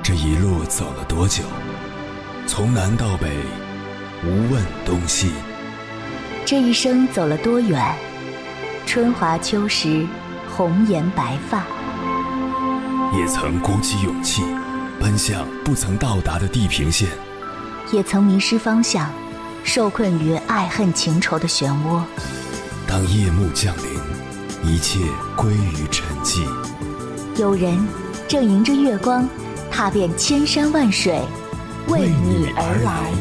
这一路走了多久？从南到北，无问东西。 这一生走了多远？春华秋实，红颜白发。 也曾鼓起勇气，奔向不曾到达的地平线。 也曾迷失方向，受困于爱恨情仇的漩涡。 当夜幕降临，一切归于沉寂。 有人正迎着月光，踏遍千山万水，为你而来。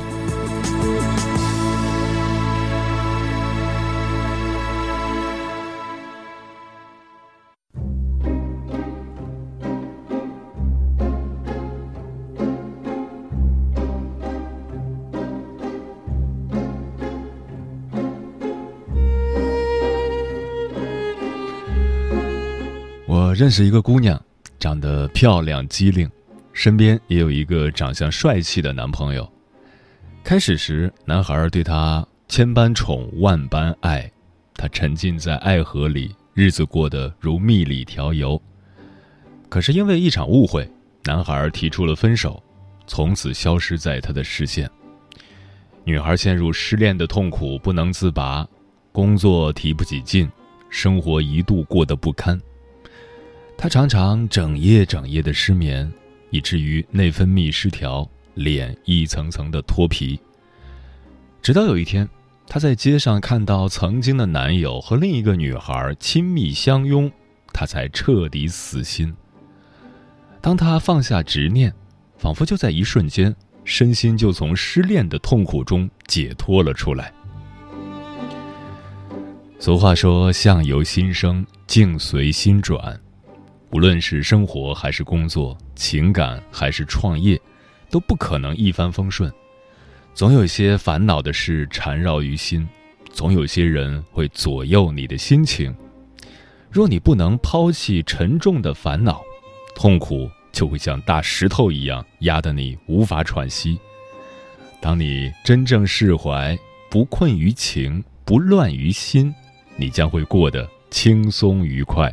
我认识一个姑娘，长得漂亮机灵，身边也有一个长相帅气的男朋友。开始时，男孩对她千般宠万般爱，她沉浸在爱河里，日子过得如蜜里调油。可是因为一场误会，男孩提出了分手，从此消失在她的视线。女孩陷入失恋的痛苦不能自拔，工作提不起劲，生活一度过得不堪。她常常整夜的失眠，以至于内分泌失调，脸一层层的脱皮。直到有一天，她在街上看到曾经的男友和另一个女孩亲密相拥，她才彻底死心。当她放下执念，仿佛就在一瞬间，身心就从失恋的痛苦中解脱了出来。俗话说，相由心生，境随心转。无论是生活还是工作，情感还是创业，都不可能一帆风顺。总有些烦恼的事缠绕于心，总有些人会左右你的心情。若你不能抛弃沉重的烦恼，痛苦就会像大石头一样压得你无法喘息。当你真正释怀，不困于情，不乱于心，你将会过得轻松愉快。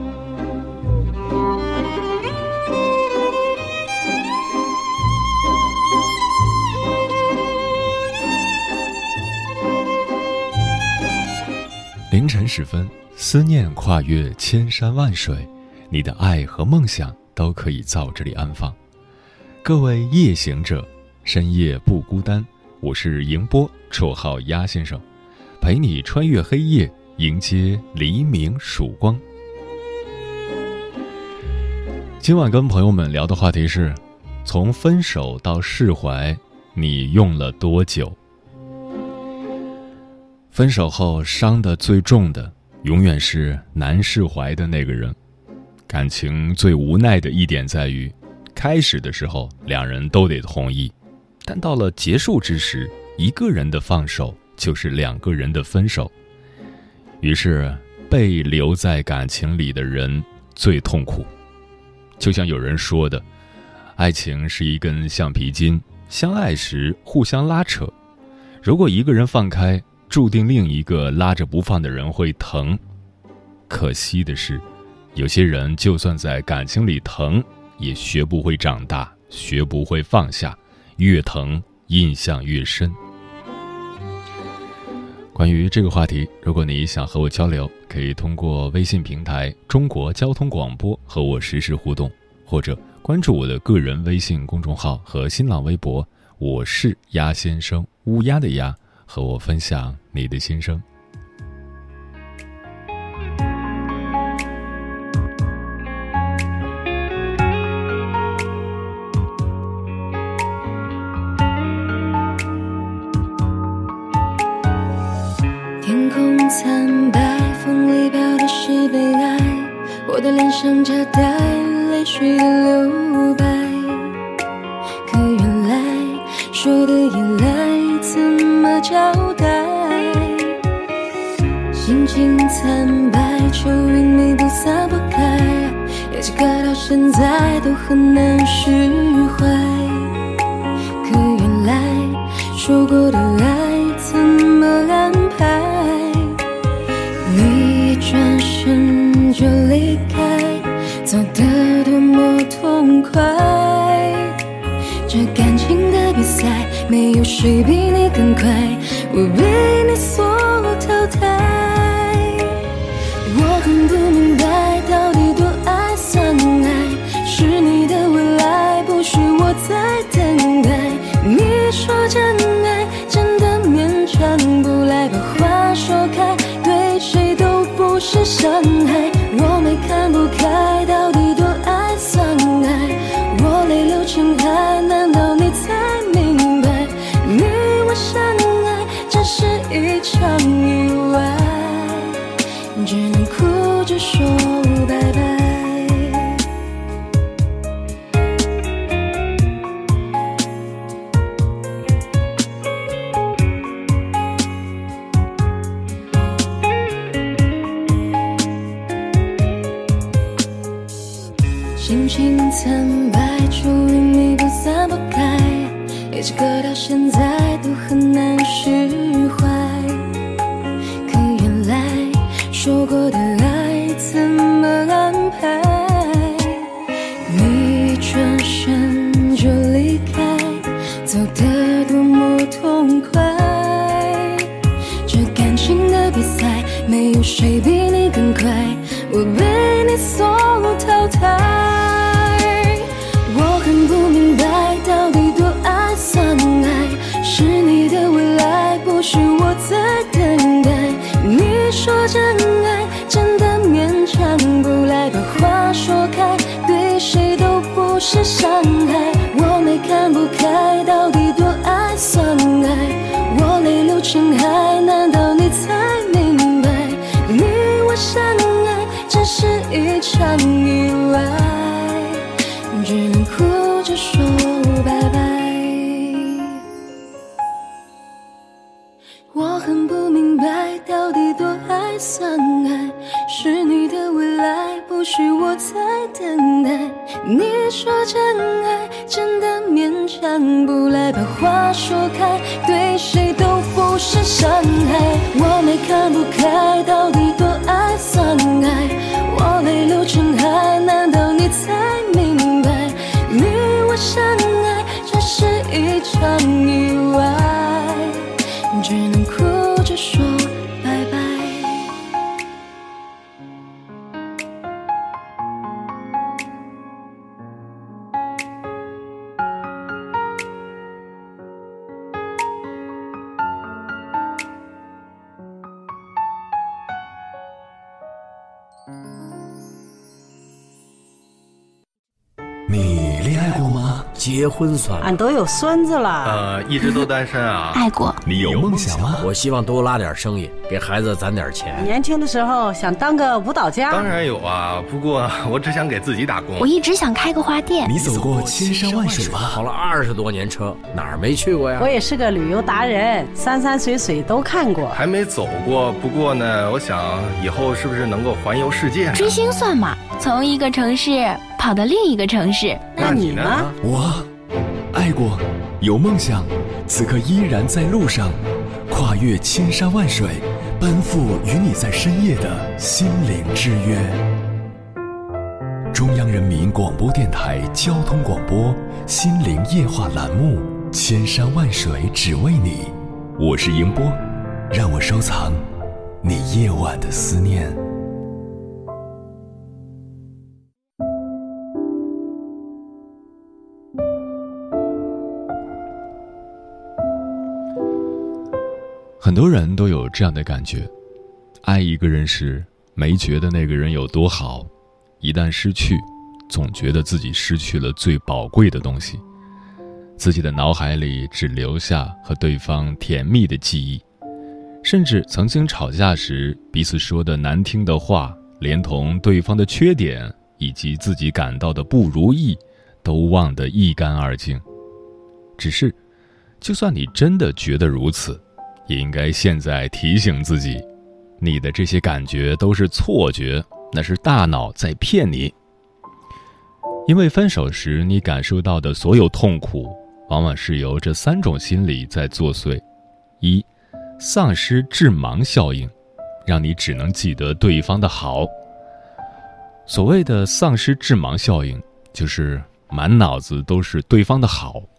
凌晨时分，思念跨越千山万水，你的爱和梦想都可以在这里安放。各位夜行者，深夜不孤单，我是迎波，绰号鸭先生，陪你穿越黑夜，迎接黎明曙光。今晚跟朋友们聊的话题是，从分手到释怀，你用了多久？分手后伤得最重的，永远是难释怀的那个人。感情最无奈的一点在于，开始的时候两人都得同意，但到了结束之时，一个人的放手就是两个人的分手。于是被留在感情里的人最痛苦。就像有人说的，爱情是一根橡皮筋，相爱时互相拉扯，如果一个人放开，注定另一个拉着不放的人会疼。可惜的是，有些人就算在感情里疼，也学不会长大，学不会放下，越疼印象越深。关于这个话题，如果你想和我交流，可以通过微信平台中国交通广播和我实时互动，或者关注我的个人微信公众号和新浪微博，我是鸭先生，乌鸦的鸦，和我分享你的心声。 天空惨白，风里飘的是悲哀，我的脸上夹带泪水的留白。可原来说的依赖怎么交代？心情惨白，愁云密布散不开，也许隔到现在都很难释怀。可原来说过的爱怎么安排？你一转身就离开，走得多么痛快。 这感情的比赛，没有谁比你更快，我被你所淘汰。我很不明白，到底多爱算爱，是你的未来，不是我在等待。你说真爱真的勉强不来，把话说开，对谁都不是伤害。我没看不开，到底多爱算爱，我泪流成海，难道你才明白？你我相爱只是一场意外，只能哭着说拜拜。心情苍白，注定你不散不开，一直搁到现在都很难释怀。可原来说过的爱怎么安排？你转身就离开，走得多么痛快。这感情的比赛，没有谁比你更快，我被你所淘汰。我很不明白，到底多爱算爱，是你的未来，不是我在等待。你说真爱真的勉强不来，把话说开，对谁都不是伤害。我没看不开，到底多爱算爱，我泪流成海，难道你才明白？你我相爱只是一场意外，只能哭着说拜拜。我很不明白，到底多爱算爱，是你的未来，不是我在等待。你说真爱真的勉强不来，把话说开，对谁都不是伤害。我没看不开，到底多爱算爱，我泪流成海，难道你才明白？你我相爱只是一场意外，只能哭着说拜拜。 你恋爱过吗？ 结婚算了， 俺都有孙子了。 一直都单身啊。 爱过。 你有梦想吗？ 我希望多拉点生意，给孩子攒点钱。 年轻的时候想当个舞蹈家。 当然有啊，不过我只想给自己打工。 我一直想开个花店。 你走过千山万水吗？ 跑了20多年车，哪儿没去过呀？ 我也是个旅游达人，山山水水都看过。 还没走过，不过呢，我想以后是不是能够环游世界呢？ 追星算吗？从一个城市跑到另一个城市。 那你呢？ 我爱过，有梦想，此刻依然在路上，跨越千山万水，奔赴与你在深夜的心灵之约。中央人民广播电台交通广播心灵夜话栏目，千山万水只为你，我是迎波，让我收藏你夜晚的思念。 很多人都有这样的感觉，爱一个人时，没觉得那个人有多好，一旦失去，总觉得自己失去了最宝贵的东西。自己的脑海里只留下和对方甜蜜的记忆，甚至曾经吵架时彼此说的难听的话，连同对方的缺点以及自己感到的不如意，都忘得一干二净。只是，就算你真的觉得如此，也应该现在提醒自己，你的这些感觉都是错觉，那是大脑在骗你。因为分手时你感受到的所有痛苦，往往是由这3种心理在作祟。一，丧失致盲效应，让你只能记得对方的好。所谓的丧失致盲效应，就是满脑子都是对方的好，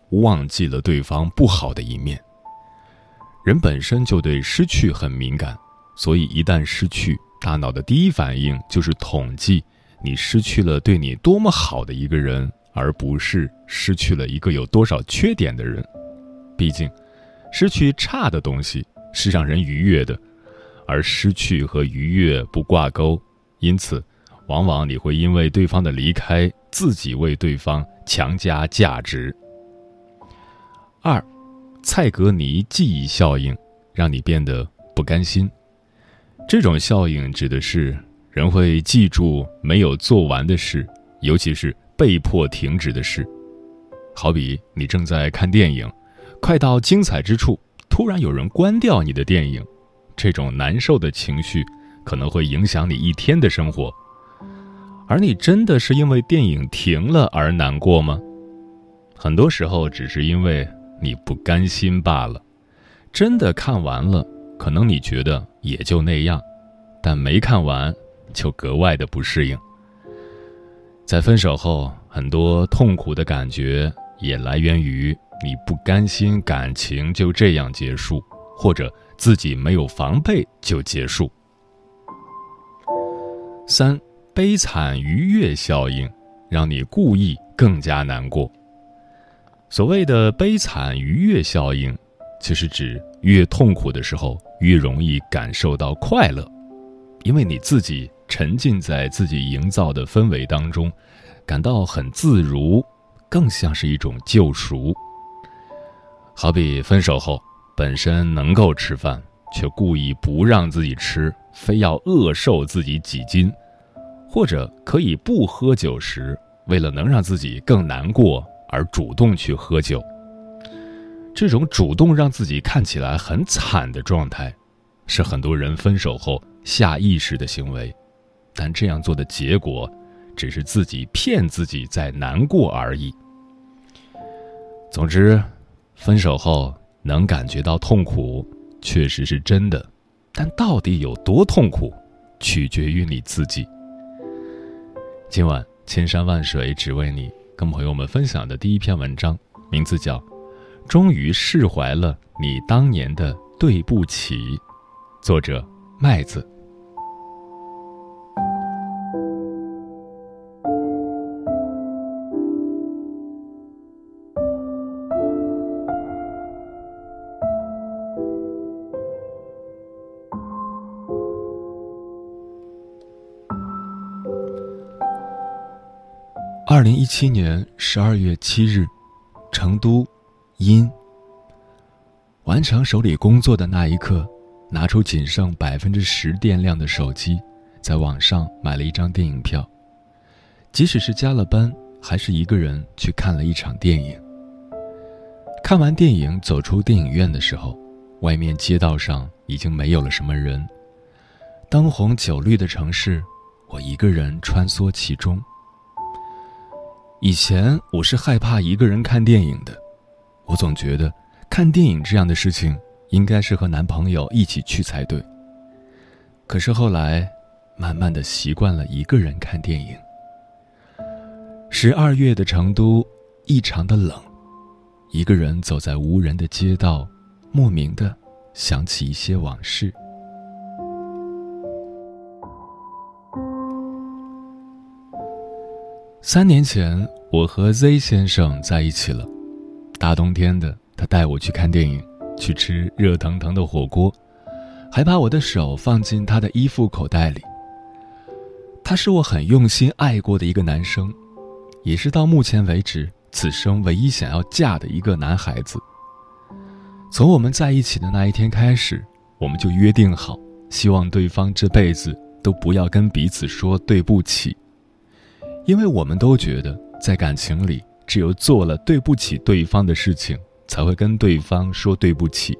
忘记了对方不好的一面。人本身就对失去很敏感，所以一旦失去，大脑的第一反应就是统计你失去了对你多么好的一个人，而不是失去了一个有多少缺点的人。毕竟失去差的东西是让人愉悦的，而失去和愉悦不挂钩，因此往往你会因为对方的离开，自己为对方强加价值。2. 蔡格尼记忆效应，让你变得不甘心。这种效应指的是人会记住没有做完的事，尤其是被迫停止的事。好比你正在看电影，快到精彩之处，突然有人关掉你的电影，这种难受的情绪可能会影响你一天的生活。而你真的是因为电影停了而难过吗？很多时候只是因为你不甘心罢了。真的看完了，可能你觉得也就那样，但没看完就格外的不适应。在分手后，很多痛苦的感觉也来源于你不甘心感情就这样结束，或者自己没有防备就结束。3. 悲惨愉悦效应，让你故意更加难过。所谓的悲惨愉悦效应，就是指越痛苦的时候越容易感受到快乐，因为你自己沉浸在自己营造的氛围当中，感到很自如，更像是一种救赎。好比分手后本身能够吃饭，却故意不让自己吃，非要饿瘦自己几斤，或者可以不喝酒时，为了能让自己更难过而主动去喝酒。这种主动让自己看起来很惨的状态，是很多人分手后下意识的行为，但这样做的结果只是自己骗自己在难过而已。总之，分手后能感觉到痛苦确实是真的，但到底有多痛苦，取决于你自己。今晚千山万水只为你，跟朋友们分享的第一篇文章，名字叫《终于释怀了你当年的对不起》，作者麦子。2017年12月7日，成都，阴。完成手里工作的那一刻，拿出仅剩10%电量的手机，在网上买了一张电影票。即使是加了班，还是一个人去看了一场电影。看完电影走出电影院的时候，外面街道上已经没有了什么人。灯红酒绿的城市，我一个人穿梭其中。以前我是害怕一个人看电影的，我总觉得看电影这样的事情应该是和男朋友一起去才对。可是后来慢慢的习惯了一个人看电影。12月的成都异常的冷，一个人走在无人的街道，莫名的想起一些往事。3年前，我和 Z 先生在一起了。大冬天的，他带我去看电影，去吃热腾腾的火锅，还把我的手放进他的衣服口袋里。他是我很用心爱过的一个男生，也是到目前为止此生唯一想要嫁的一个男孩子。从我们在一起的那一天开始，我们就约定好，希望对方这辈子都不要跟彼此说对不起。因为我们都觉得在感情里，只有做了对不起对方的事情，才会跟对方说对不起。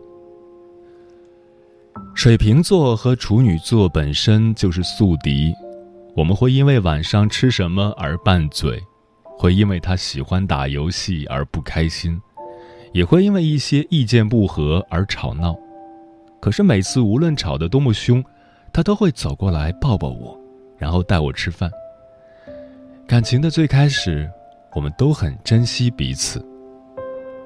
水瓶座和处女座本身就是宿敌，我们会因为晚上吃什么而拌嘴，会因为他喜欢打游戏而不开心，也会因为一些意见不合而吵闹。可是每次无论吵得多么凶，他都会走过来抱抱我，然后带我吃饭。感情的最开始，我们都很珍惜彼此。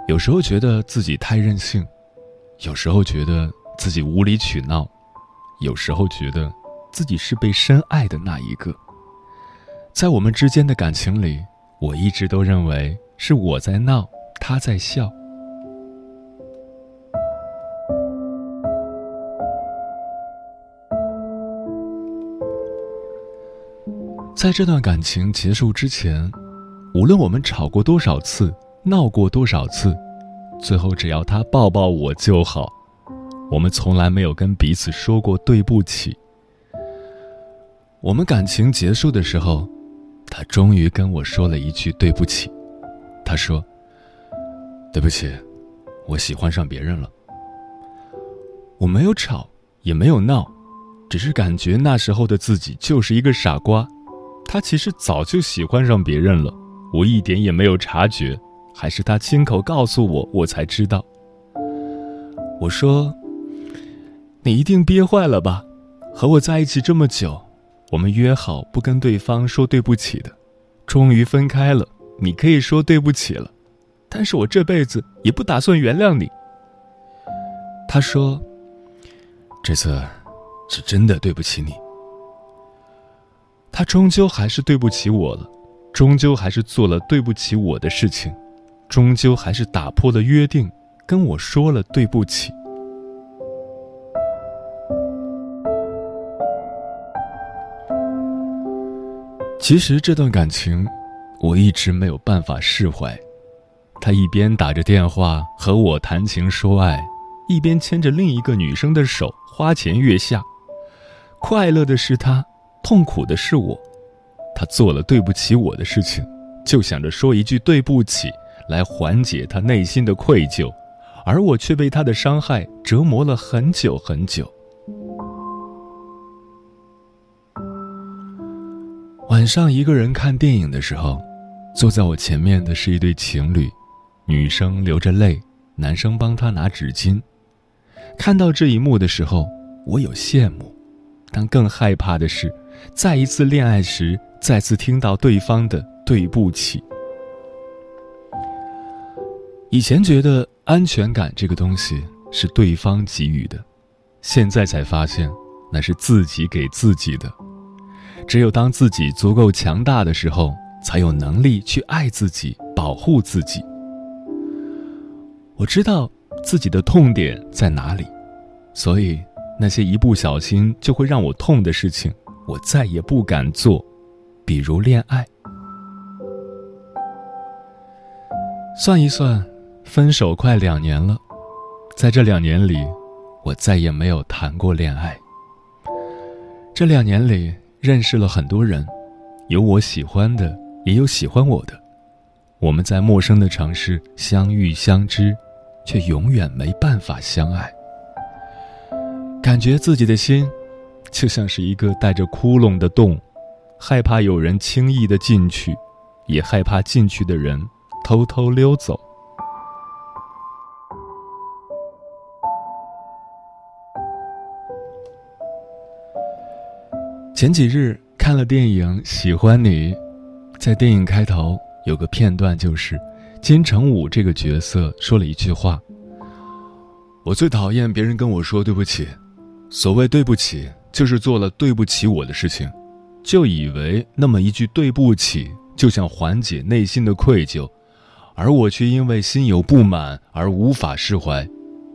有时候觉得自己太任性，有时候觉得自己无理取闹，有时候觉得自己是被深爱的那一个。在我们之间的感情里，我一直都认为是我在闹，他在笑。在这段感情结束之前，无论我们吵过多少次，闹过多少次，最后只要他抱抱我就好。我们从来没有跟彼此说过对不起。我们感情结束的时候，他终于跟我说了一句对不起。他说：对不起，我喜欢上别人了。我没有吵，也没有闹，只是感觉那时候的自己就是一个傻瓜。他其实早就喜欢上别人了，我一点也没有察觉，还是他亲口告诉我，我才知道。我说：你一定憋坏了吧？和我在一起这么久，我们约好不跟对方说对不起的，终于分开了，你可以说对不起了，但是我这辈子也不打算原谅你。他说：这次是真的对不起你。他终究还是对不起我了，终究还是做了对不起我的事情，终究还是打破了约定，跟我说了对不起。其实这段感情我一直没有办法释怀。他一边打着电话和我谈情说爱，一边牵着另一个女生的手花前月下。快乐的是他，痛苦的是我。他做了对不起我的事情，就想着说一句对不起来缓解他内心的愧疚，而我却被他的伤害折磨了很久很久。晚上一个人看电影的时候，坐在我前面的是一对情侣，女生流着泪，男生帮她拿纸巾。看到这一幕的时候，我有羡慕，但更害怕的是再一次恋爱时再次听到对方的对不起。以前觉得安全感这个东西是对方给予的，现在才发现那是自己给自己的。只有当自己足够强大的时候，才有能力去爱自己，保护自己。我知道自己的痛点在哪里，所以那些一不小心就会让我痛的事情，我再也不敢做，比如恋爱。算一算，分手快2年了，在这2年里，我再也没有谈过恋爱。这2年里，认识了很多人，有我喜欢的，也有喜欢我的。我们在陌生的城市相遇相知，却永远没办法相爱。感觉自己的心就像是一个带着窟窿的洞，害怕有人轻易的进去，也害怕进去的人偷偷溜走。前几日看了电影《喜欢你》，在电影开头有个片段，就是金城武这个角色说了一句话：我最讨厌别人跟我说对不起，所谓对不起就是做了对不起我的事情，就以为那么一句对不起就想缓解内心的愧疚，而我却因为心有不满而无法释怀。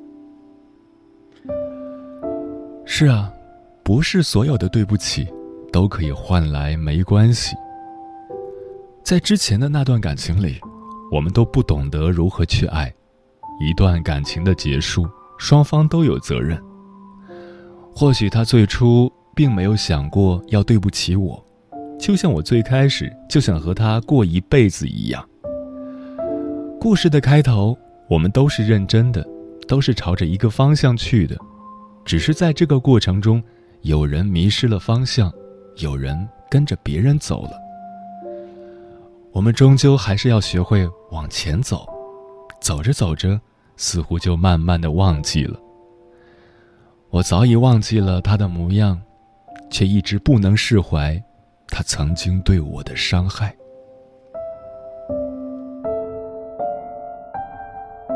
是啊，不是所有的对不起都可以换来没关系。在之前的那段感情里，我们都不懂得如何去爱。一段感情的结束，双方都有责任。或许他最初并没有想过要对不起我，就像我最开始就想和他过一辈子一样。故事的开头，我们都是认真的，都是朝着一个方向去的，只是在这个过程中，有人迷失了方向，有人跟着别人走了。我们终究还是要学会往前走，走着走着，似乎就慢慢的忘记了。我早已忘记了他的模样，却一直不能释怀他曾经对我的伤害。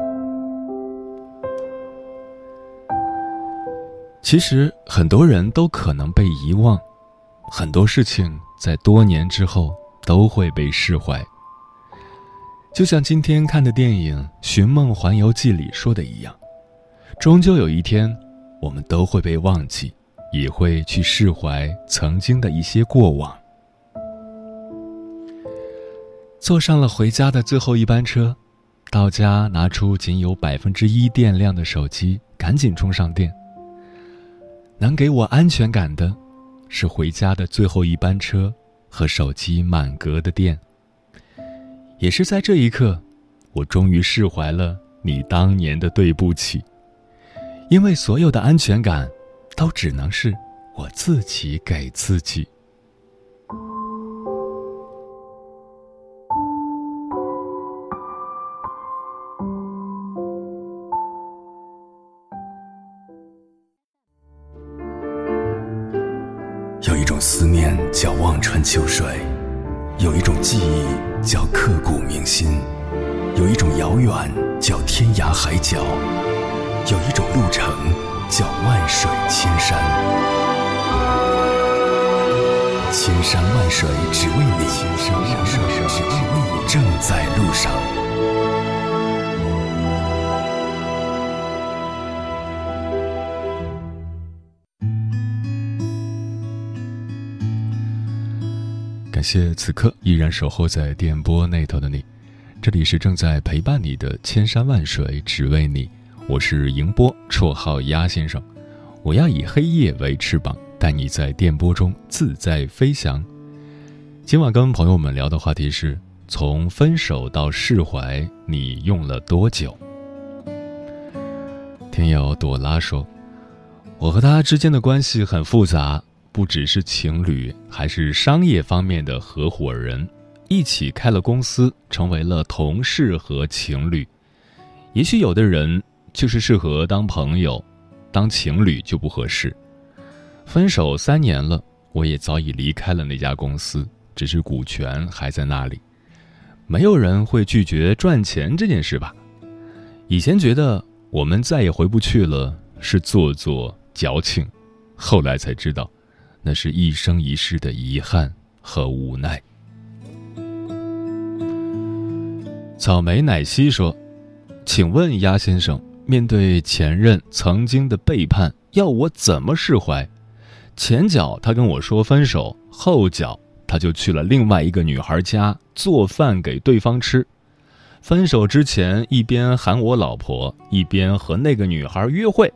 其实很多人都可能被遗忘，很多事情在多年之后都会被释怀。就像今天看的电影《寻梦环游记》里说的一样，终究有一天我们都会被忘记，也会去释怀曾经的一些过往。坐上了回家的最后一班车，到家拿出仅有1%电量的手机，赶紧充上电。能给我安全感的是回家的最后一班车和手机满格的电。也是在这一刻，我终于释怀了你当年的对不起，因为所有的安全感都只能是我自己给自己。 有一种思念叫望穿秋水，有一种记忆叫刻骨铭心，有一种遥远叫天涯海角，有一种路程叫万水千山。千山万水只为你，千山万水只为你，正在路上。 感谢此刻依然守候在电波那头的你，这里是正在陪伴你的千山万水只为你，我是迎波，绰号鸭先生。我要以黑夜为翅膀，带你在电波中自在飞翔。今晚跟朋友们聊的话题是，从分手到释怀，你用了多久？听友朵拉说，我和他之间的关系很复杂，不只是情侣，还是商业方面的合伙人，一起开了公司，成为了同事和情侣。也许有的人就是适合当朋友，当情侣就不合适。分手3年了，我也早已离开了那家公司，只是股权还在那里。没有人会拒绝赚钱这件事吧？以前觉得我们再也回不去了，是做作矫情，后来才知道那是一生一世的遗憾和无奈。草莓奶昔说，请问鸭先生，面对前任曾经的背叛，要我怎么释怀？前脚他跟我说分手，后脚他就去了另外一个女孩家做饭给对方吃。分手之前一边喊我老婆，一边和那个女孩约会。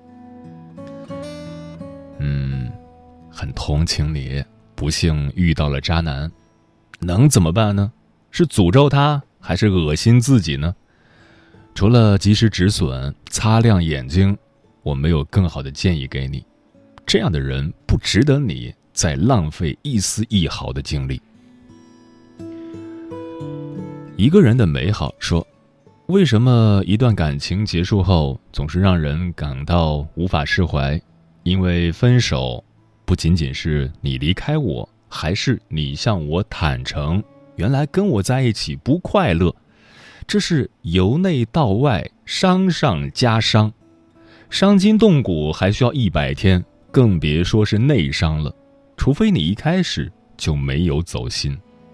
很同情你，不幸遇到了渣男，能怎么办呢？是诅咒他，还是恶心自己呢？除了及时止损，擦亮眼睛，我没有更好的建议给你。这样的人不值得你再浪费一丝一毫的精力。一个人的美好说，为什么一段感情结束后总是让人感到无法释怀？因为分手不仅仅是你离开我，还是你向我坦诚，原来跟我在一起不快乐，这是由内到外伤上加伤，伤筋动骨还需要100天，更别说是内伤了，除非你一开始就没有走心。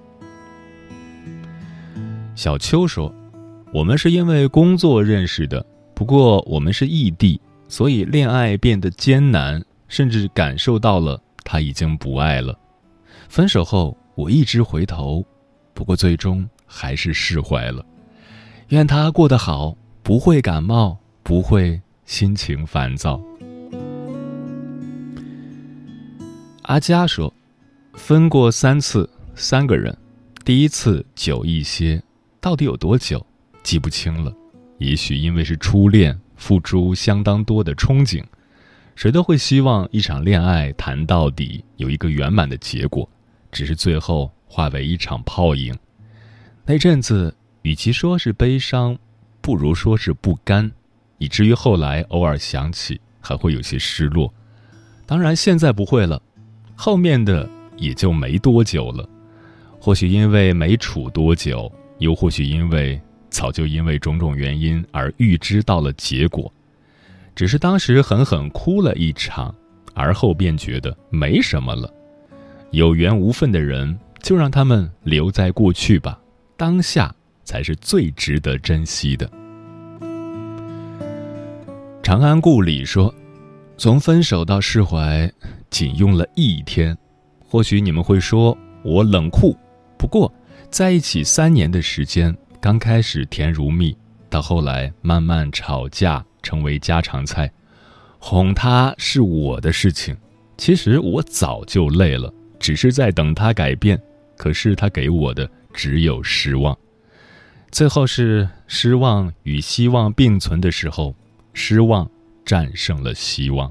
小秋说，我们是因为工作认识的，不过我们是异地，所以恋爱变得艰难，甚至感受到了他已经不爱了。分手后我一直回头，不过最终还是释怀了。愿他过得好，不会感冒，不会心情烦躁。阿佳说，分过3次，3个人，第一次久一些，到底有多久记不清了，也许因为是初恋，付出相当多的憧憬，谁都会希望一场恋爱谈到底，有一个圆满的结果，只是最后化为一场泡影。那阵子与其说是悲伤，不如说是不甘，以至于后来偶尔想起还会有些失落。当然现在不会了，后面的也就没多久了，或许因为没处多久，又或许因为早就因为种种原因而预知到了结果，只是当时狠狠哭了一场， 而后便觉得没什么了。有缘无分的人，就让他们留在过去吧，当下才是最值得珍惜的。长安故里说，从分手到释怀仅用了1天。或许你们会说我冷酷，不过在一起3年的时间，刚开始甜如蜜，到后来慢慢吵架成为家常菜。哄他是我的事情，其实我早就累了，只是在等他改变，可是他给我的只有失望。最后是失望与希望并存的时候，失望战胜了希望。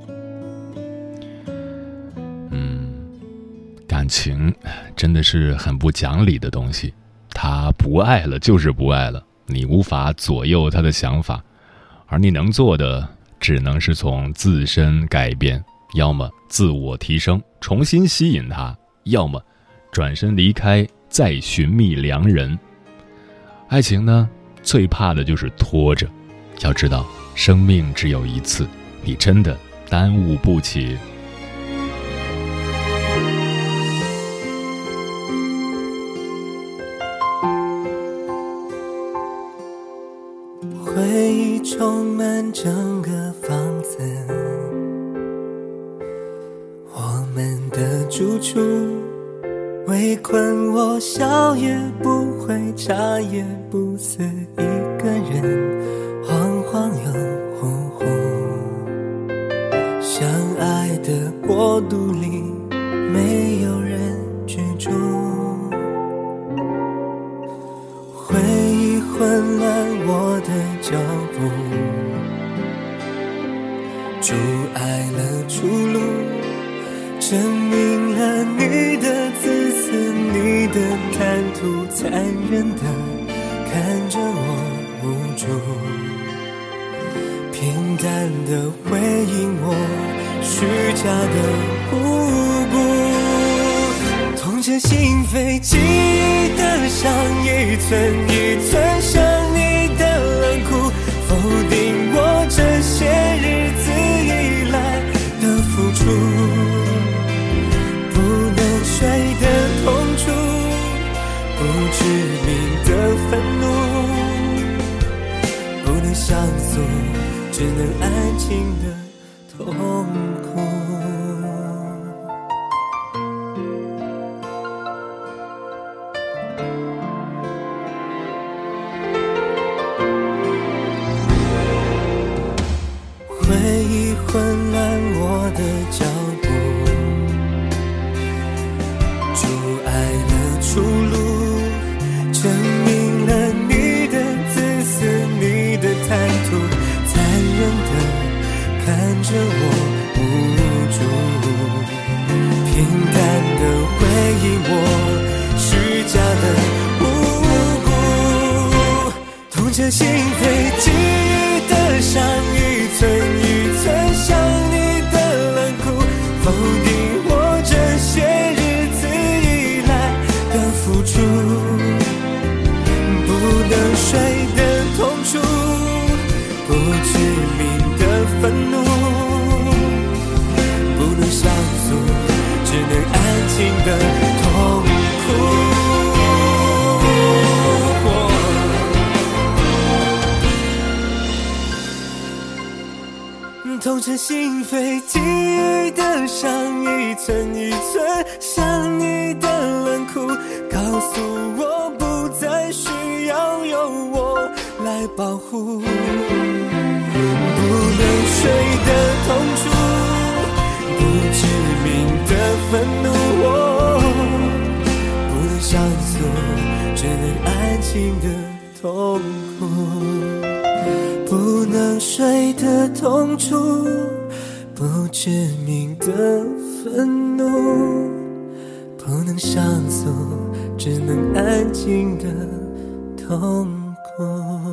感情真的是很不讲理的东西，他不爱了就是不爱了，你无法左右他的想法，而你能做的只能是从自身改变，要么自我提升重新吸引他，要么转身离开再寻觅良人。爱情呢，最怕的就是拖着，要知道生命只有一次，你真的耽误不起。 回忆充满整个房子，我们的住处，围困我笑也不会，茶也不思，一个人晃晃又呼呼。相爱的国度里没有人居住，回忆混乱我的脚步，阻碍了出路，证明了你的自私，你的贪图，残忍的看着我无助，平淡的回应我虚假的无辜，痛彻心扉，记忆的伤一寸一寸，像你的冷酷，否定我这些日子以来的付出，不能睡的痛楚，不知名的愤怒，不能上诉，只能安静的痛苦。回忆混乱我的脚步，阻碍了出路，证明了你的自私，你的贪图，残忍的看着我无助，平淡的回应我虚假的无辜，痛彻心扉，记忆的伤一寸一寸，像你的冷酷，否定我这些日子以来的付出，不能睡的痛楚，不知名的愤怒，不能上诉，只能安静的痛苦。痛彻心扉，记忆的伤一寸一寸，像你的冷酷，告诉我不再需要有我来保护，不能睡的痛楚，不知名的愤怒，不能上诉，只能安静的痛苦，不能睡的痛楚，不知名的愤怒，不能上诉，只能安静的痛苦。